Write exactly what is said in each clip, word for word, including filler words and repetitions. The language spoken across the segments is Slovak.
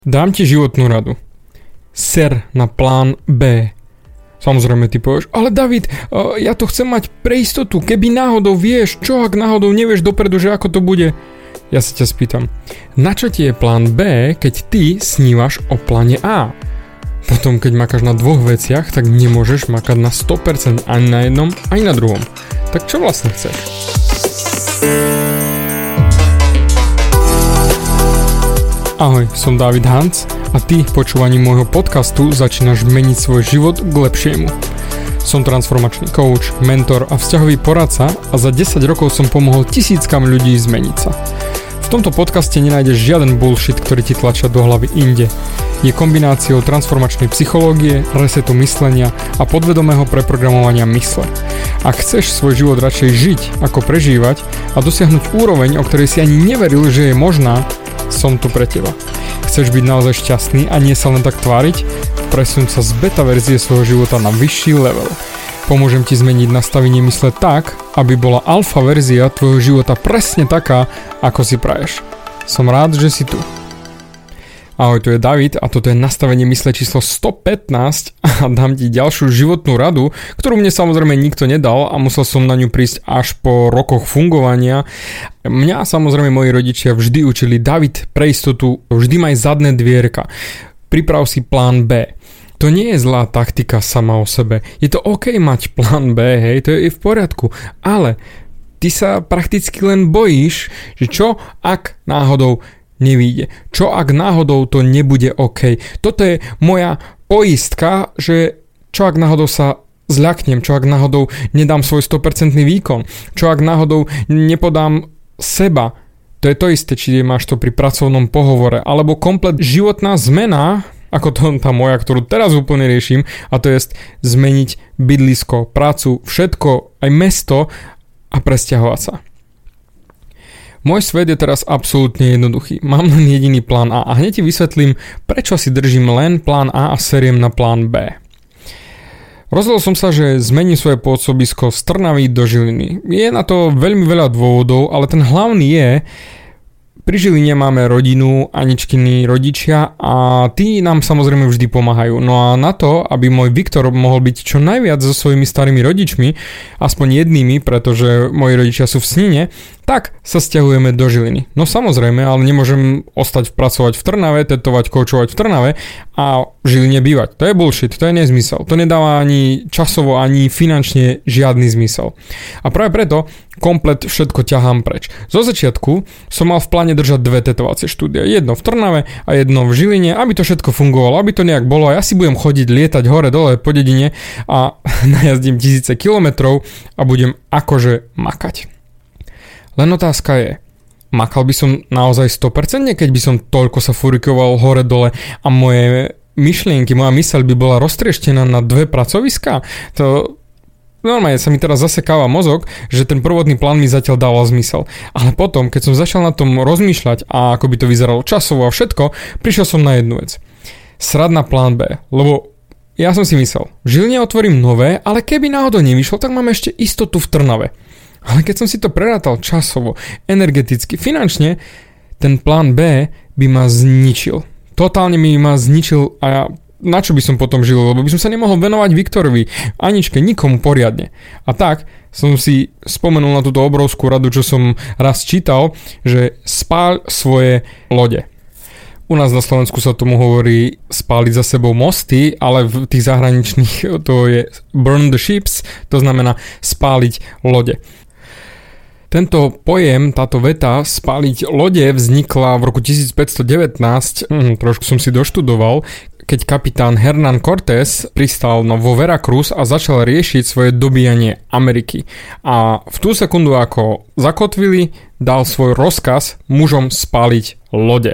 Dám ti životnú radu. Ser na plán B. Samozrejme ty povieš, ale David, ja to chcem mať pre istotu, keby náhodou vieš, čo ak náhodou nevieš dopredu, že ako to bude. Ja sa ťa spýtam, na čo ti je plán B, keď ty snívaš o pláne A? Potom keď makáš na dvoch veciach, tak nemôžeš makať na sto percent ani na jednom, ani na druhom. Tak čo vlastne chceš? Ahoj, som David Hanc a ty počúvaním môjho podcastu začínaš meniť svoj život k lepšiemu. Som transformačný coach, mentor a vzťahový poradca a za desať rokov som pomohol tisíckam ľudí zmeniť sa. V tomto podcaste nenájdeš žiaden bullshit, ktorý ti tlačia do hlavy inde. Je kombináciou transformačnej psychológie, resetu myslenia a podvedomého preprogramovania mysle. Ak chceš svoj život radšej žiť ako prežívať a dosiahnuť úroveň, o ktorej si ani neveril, že je možná, som tu pre teba. Chceš byť naozaj šťastný a nie sa len tak tváriť? Presuň sa z beta verzie svojho života na vyšší level. Pomôžem ti zmeniť nastavenie mysle tak, aby bola alfa verzia tvojho života presne taká, ako si praješ. Som rád, že si tu. Ahoj, tu je David a toto je nastavenie mysle číslo stopätnásť a dám ti ďalšiu životnú radu, ktorú mne samozrejme nikto nedal a musel som na ňu prísť až po rokoch fungovania. Mňa samozrejme moji rodičia vždy učili, David, pre istotu vždy maj zadné dvierka, priprav si plán B. To nie je zlá taktika sama o sebe, je to OK mať plán B, hej, to je v poriadku, ale ty sa prakticky len bojíš, že čo ak náhodou nevíde. Čo ak náhodou to nebude OK? Toto je moja poistka, že čo ak náhodou sa zľaknem, čo ak náhodou nedám svoj sto percent výkon, čo ak náhodou nepodám seba. To je to isté, či máš to pri pracovnom pohovore, alebo komplet životná zmena, ako to tá moja, ktorú teraz úplne riešim, a to je zmeniť bydlisko, prácu, všetko, aj mesto a presťahovať sa. Môj svet je teraz absolútne jednoduchý. Mám len jediný plán A a hneď ti vysvetlím, prečo si držím len plán A a seriem na plán B. Rozhodol som sa, že zmením svoje pôsobisko z Trnavy do Žiliny. Je na to veľmi veľa dôvodov, ale ten hlavný je, pri Žiline máme rodinu, Aničkiny rodičia a tí nám samozrejme vždy pomáhajú. No a na to, aby môj Viktor mohol byť čo najviac so svojimi starými rodičmi, aspoň jednými, pretože moji rodičia sú v Snine, tak sa sťahujeme do Žiliny. No samozrejme, ale nemôžem ostať pracovať v Trnave, tetovať, koučovať v Trnave a v Žiline bývať. To je bullshit, to je nezmysel. To nedáva ani časovo, ani finančne žiadny zmysel. A práve preto komplet všetko ťahám preč. Zo začiatku som mal v pláne držať dve tetovacie štúdia. Jedno v Trnave a jedno v Žiline, aby to všetko fungovalo, aby to nejak bolo. A ja si budem chodiť, lietať hore dole po dedine a najazdím tisíce kilometrov a budem akože makať. Len otázka je, makal by som naozaj sto percent, keď by som toľko sa furikoval hore dole a moje myšlienky, moja myseľ by bola roztrieštená na dve pracoviská? To normálne sa mi teraz zasekáva mozog, že ten prvotný plán mi zatiaľ dával zmysel. Ale potom, keď som začal na tom rozmýšľať a ako by to vyzeralo časovo a všetko, prišiel som na jednu vec. Srad na plán B, lebo ja som si myslel, v Žiline otvorím nové, ale keby náhodou nevyšlo, tak mám ešte istotu v Trnave. Ale keď som si to prerátal časovo, energeticky, finančne, ten plán B by ma zničil. Totálne mi ma zničil a ja, na čo by som potom žil, lebo by som sa nemohol venovať Viktorovi, Aničke, nikomu poriadne. A tak som si spomenul na túto obrovskú radu, čo som raz čítal, že spáľ svoje lode. U nás na Slovensku sa tomu hovorí spáliť za sebou mosty, ale v tých zahraničných to je burn the ships, to znamená spáliť lode. Tento pojem, táto veta spáliť lode vznikla v roku tisícpäťstodevätnásť, hm, trošku som si doštudoval, keď kapitán Hernán Cortés pristal no, vo Veracruz a začal riešiť svoje dobíjanie Ameriky. A v tú sekundu, ako zakotvili, dal svoj rozkaz mužom spáliť lode.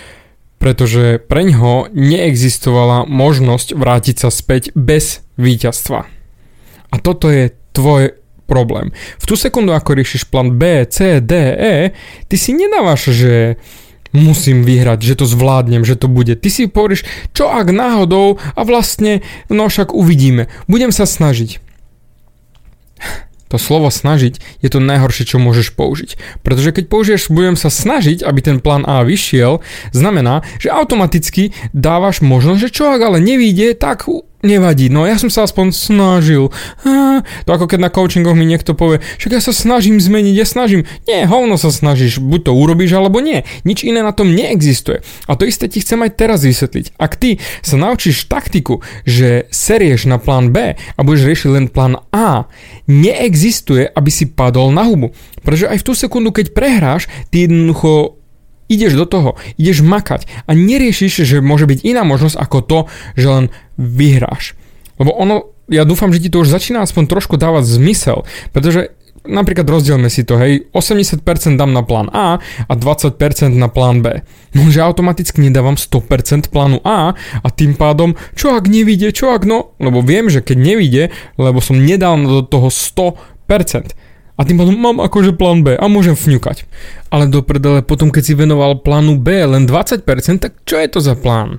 Pretože preňho neexistovala možnosť vrátiť sa späť bez víťazstva. A toto je tvoj problém. V tú sekundu, ako riešiš plán B, C, D, E, ty si nedávaš, že musím vyhrať, že to zvládnem, že to bude. Ty si povieš, čo ak náhodou a vlastne, no však uvidíme. Budem sa snažiť. to slovo snažiť je to najhoršie, čo môžeš použiť. Pretože keď použiješ budem sa snažiť, aby ten plán A vyšiel, znamená, že automaticky dávaš možnosť, že čo ak ale nevíde, tak nevadí. No ja som sa aspoň snažil. Á, to ako keď na coachingoch mi niekto povie, že ja sa snažím zmeniť, ja snažím. Nie, hovno sa snažíš, buď to urobíš alebo nie. Nič iné na tom neexistuje. A to isté ti chcem aj teraz vysvetliť. Ak ty sa naučíš taktiku, že serieš na plán B a budeš riešiť len plán A, neexistuje, aby si padol na hubu. Pretože aj v tú sekundu, keď prehráš, ty jednoducho ideš do toho, ideš makať a neriešiš, že môže byť iná možnosť ako to, že len vyhráš. Lebo ono, ja dúfam, že ti to už začína aspoň trošku dávať zmysel, pretože napríklad rozdielme si to, hej, osemdesiat percent dám na plán A a dvadsať percent na plán B. No, že automaticky nedávam sto percent plánu A a tým pádom, čo ak nevíde, čo ak no, lebo viem, že keď nevíde, lebo som nedal do toho sto percent. A tým pádom mám akože plán B a môžem fňukať. Ale do prdele potom, keď si venoval plánu B len dvadsať percent, tak čo je to za plán?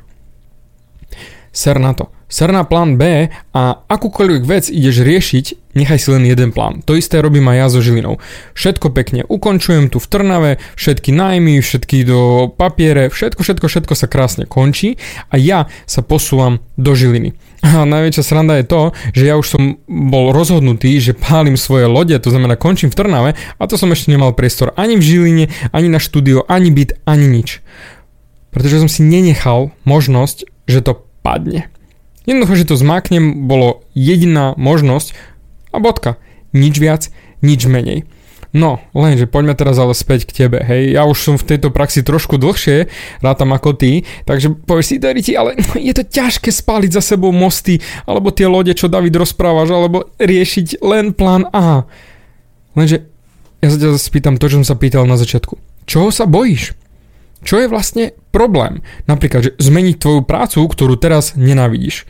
Ser na to. Ser na plán B a akúkoľvek vec ideš riešiť, nechaj si len jeden plán. To isté robím aj ja so Žilinou. Všetko pekne ukončujem tu v Trnave, všetky nájmy, všetky do papiere, všetko, všetko, všetko sa krásne končí a ja sa posúvam do Žiliny. A najväčšia sranda je to, že ja už som bol rozhodnutý, že pálim svoje lode, to znamená končím v Trnave a to som ešte nemal priestor ani v Žiline, ani na štúdio, ani byt, ani nič. Pretože som si nenechal možnosť, že to padne. Jednoducho, že to zmáknem, bolo jediná možnosť a bodka. Nič viac, nič menej. No, lenže poďme teraz ale späť k tebe, hej. Ja už som v tejto praxi trošku dlhšie, rátam ako ty, takže povieš si, Dariti, ale je to ťažké spáliť za sebou mosty, alebo tie lode, čo David rozprávaš, alebo riešiť len plán A. Lenže ja sa ťa spýtam to, čo som sa pýtal na začiatku. Čoho sa bojíš? Čo je vlastne problém? Napríklad, že zmeniť tvoju prácu, ktorú teraz nenávidíš.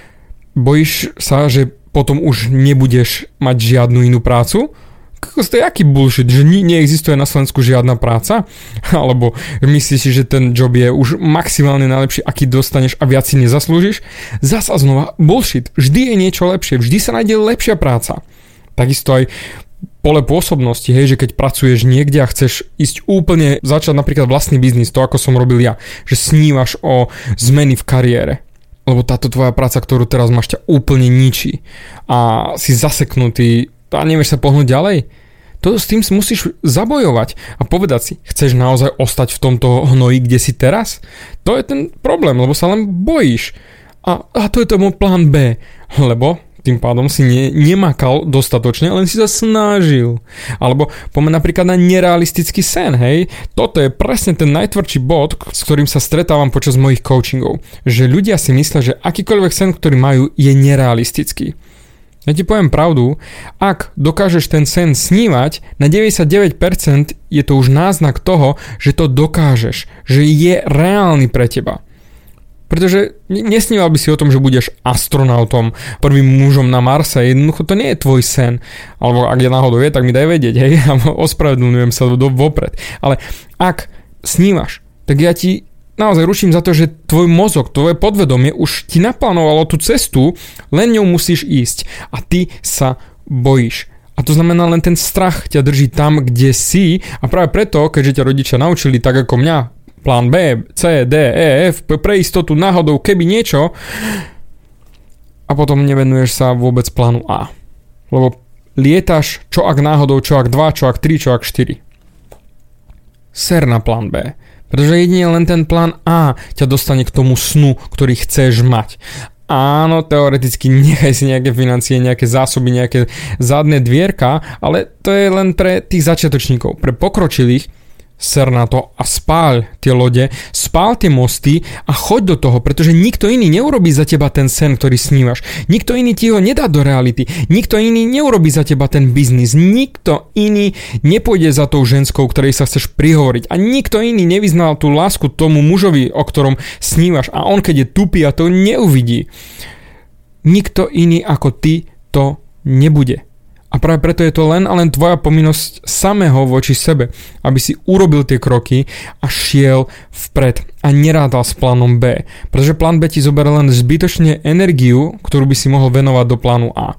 Bojíš sa, že potom už nebudeš mať žiadnu inú prácu? To je aký bullshit, že neexistuje na Slovensku žiadna práca? Alebo myslíš si, že ten job je už maximálne najlepší, aký dostaneš a viac si nezaslúžiš? Zas a znova bullshit. Vždy je niečo lepšie, vždy sa nájde lepšia práca. Takisto aj pole pôsobnosti, hej, že keď pracuješ niekde a chceš ísť úplne, začať napríklad vlastný biznis, to ako som robil ja, že snívaš o zmeny v kariére. Lebo táto tvoja práca, ktorú teraz máš, ťa úplne ničí a si zaseknutý a nevieš sa pohnúť ďalej. To s tým si musíš zabojovať a povedať si, chceš naozaj ostať v tomto hnoji, kde si teraz? To je ten problém, lebo sa len bojíš. A, a to je to môj plán B, lebo tým pádom si ne, nemakal dostatočne, len si sa snažil. Alebo poďme napríklad na nerealistický sen, hej. Toto je presne ten najtvrdší bod, s ktorým sa stretávam počas mojich coachingov. Že ľudia si myslia, že akýkoľvek sen, ktorý majú, je nerealistický. Ja ti poviem pravdu, ak dokážeš ten sen snívať, na deväťdesiatdeväť percent je to už náznak toho, že to dokážeš, že je reálny pre teba. Pretože nesníval by si o tom, že budeš astronautom, prvým mužom na Marse, jednoducho to nie je tvoj sen. Alebo ak je náhodou je, tak mi daj vedieť, hej, ospravedlňujem sa do vopred. Ale ak snívaš, tak ja ti naozaj ručím za to, že tvoj mozog, tvoje podvedomie už ti naplánovalo tú cestu, len ňou musíš ísť a ty sa bojíš. A to znamená, len ten strach ťa drží tam, kde si a práve preto, keďže ťa rodičia naučili tak ako mňa, plán B, C, D, E, F, pre istotu náhodou, keby niečo a potom nevenuješ sa vôbec plánu A. Lebo lietaš čo ak náhodou, čo ak dva, čo ak tri, čo ak štyri. Ser na plán B. Pretože jedine len ten plán A ťa dostane k tomu snu, ktorý chceš mať. Áno, teoreticky nechaj si nejaké financie, nejaké zásoby, nejaké zadné dvierka, ale to je len pre tých začiatočníkov. Pre pokročilých ser na to a spáľ tie lode, spáľ tie mosty a choď do toho, pretože nikto iný neurobí za teba ten sen, ktorý snívaš. Nikto iný ti ho nedá do reality. Nikto iný neurobí za teba ten biznis. Nikto iný nepôjde za tou ženskou, ktorej sa chceš prihovoriť. A nikto iný nevyznal tú lásku tomu mužovi, o ktorom snívaš. A on, keď je tupý a to neuvidí. Nikto iný ako ty to nebude. A práve preto je to len a len tvoja povinnosť samého voči sebe, aby si urobil tie kroky a šiel vpred a nerádal s plánom B. Pretože plán B ti zoberie len zbytočne energiu, ktorú by si mohol venovať do plánu A.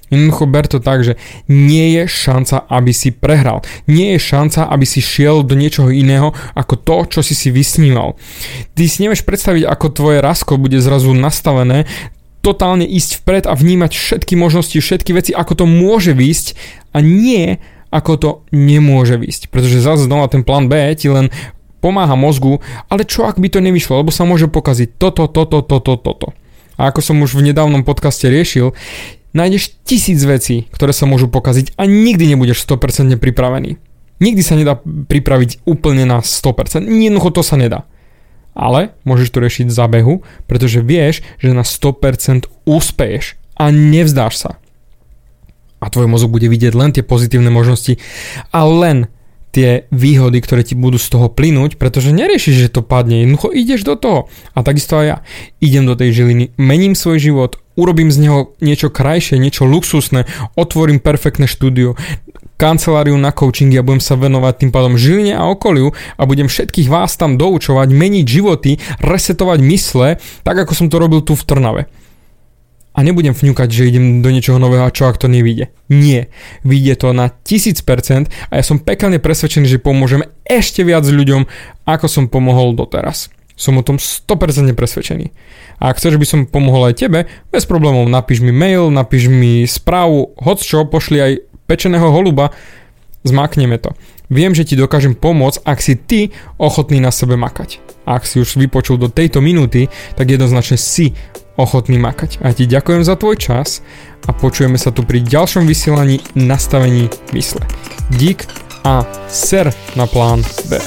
Jednoducho ber to tak, že nie je šanca, aby si prehral. Nie je šanca, aby si šiel do niečoho iného ako to, čo si si vysníval. Ty si nevieš predstaviť, ako tvoje rasko bude zrazu nastavené, totálne ísť vpred a vnímať všetky možnosti, všetky veci, ako to môže výsť a nie ako to nemôže výsť. Pretože zase znova ten plán B ti len pomáha mozgu, ale čo ak by to nevyšlo, lebo sa môže pokaziť toto, toto, toto, toto. A ako som už v nedávnom podcaste riešil, nájdeš tisíc vecí, ktoré sa môžu pokaziť a nikdy nebudeš sto percent pripravený. Nikdy sa nedá pripraviť úplne na sto percent. Jednoducho to sa nedá. Ale môžeš to riešiť za behu, pretože vieš, že na sto percent úspeješ a nevzdáš sa. A tvoj mozog bude vidieť len tie pozitívne možnosti a len tie výhody, ktoré ti budú z toho plynúť, pretože neriešiš, že to padne, jednoducho ideš do toho. A takisto aj ja. Idem do tej Žiliny, mením svoj život, urobím z neho niečo krajšie, niečo luxusné, otvorím perfektné štúdio, kanceláriu na coachingy a budem sa venovať tým pádom Žiline a okoliu a budem všetkých vás tam doučovať, meniť životy, resetovať mysle, tak ako som to robil tu v Trnave. A nebudem fňukať, že idem do niečoho nového a čo ak to nevyjde. Nie. Vyjde to na tisíc percent a ja som pekne presvedčený, že pomôžem ešte viac ľuďom, ako som pomohol doteraz. Som o tom sto percent presvedčený. A ak chceš, by som pomohol aj tebe, bez problémov napíš mi mail, napíš mi správu, hoď čo, pošli aj pečeného holuba, zmakneme to. Viem, že ti dokážem pomôcť, ak si ty ochotný na sebe makať. A ak si už vypočul do tejto minúty, tak jednoznačne si ochotný makať. A ti ďakujem za tvoj čas a počujeme sa tu pri ďalšom vysielaní nastavení mysle. Dík a ser na plán B.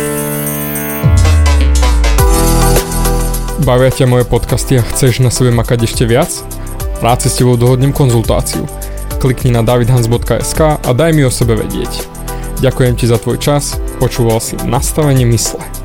Bavia ťa moje podcasty a chceš na sebe makať ešte viac? Rád si s tebou dohodnem konzultáciu. Klikni na davidhans bodka es ká a daj mi o sebe vedieť. Ďakujem ti za tvoj čas, počúval si nastavenie mysle.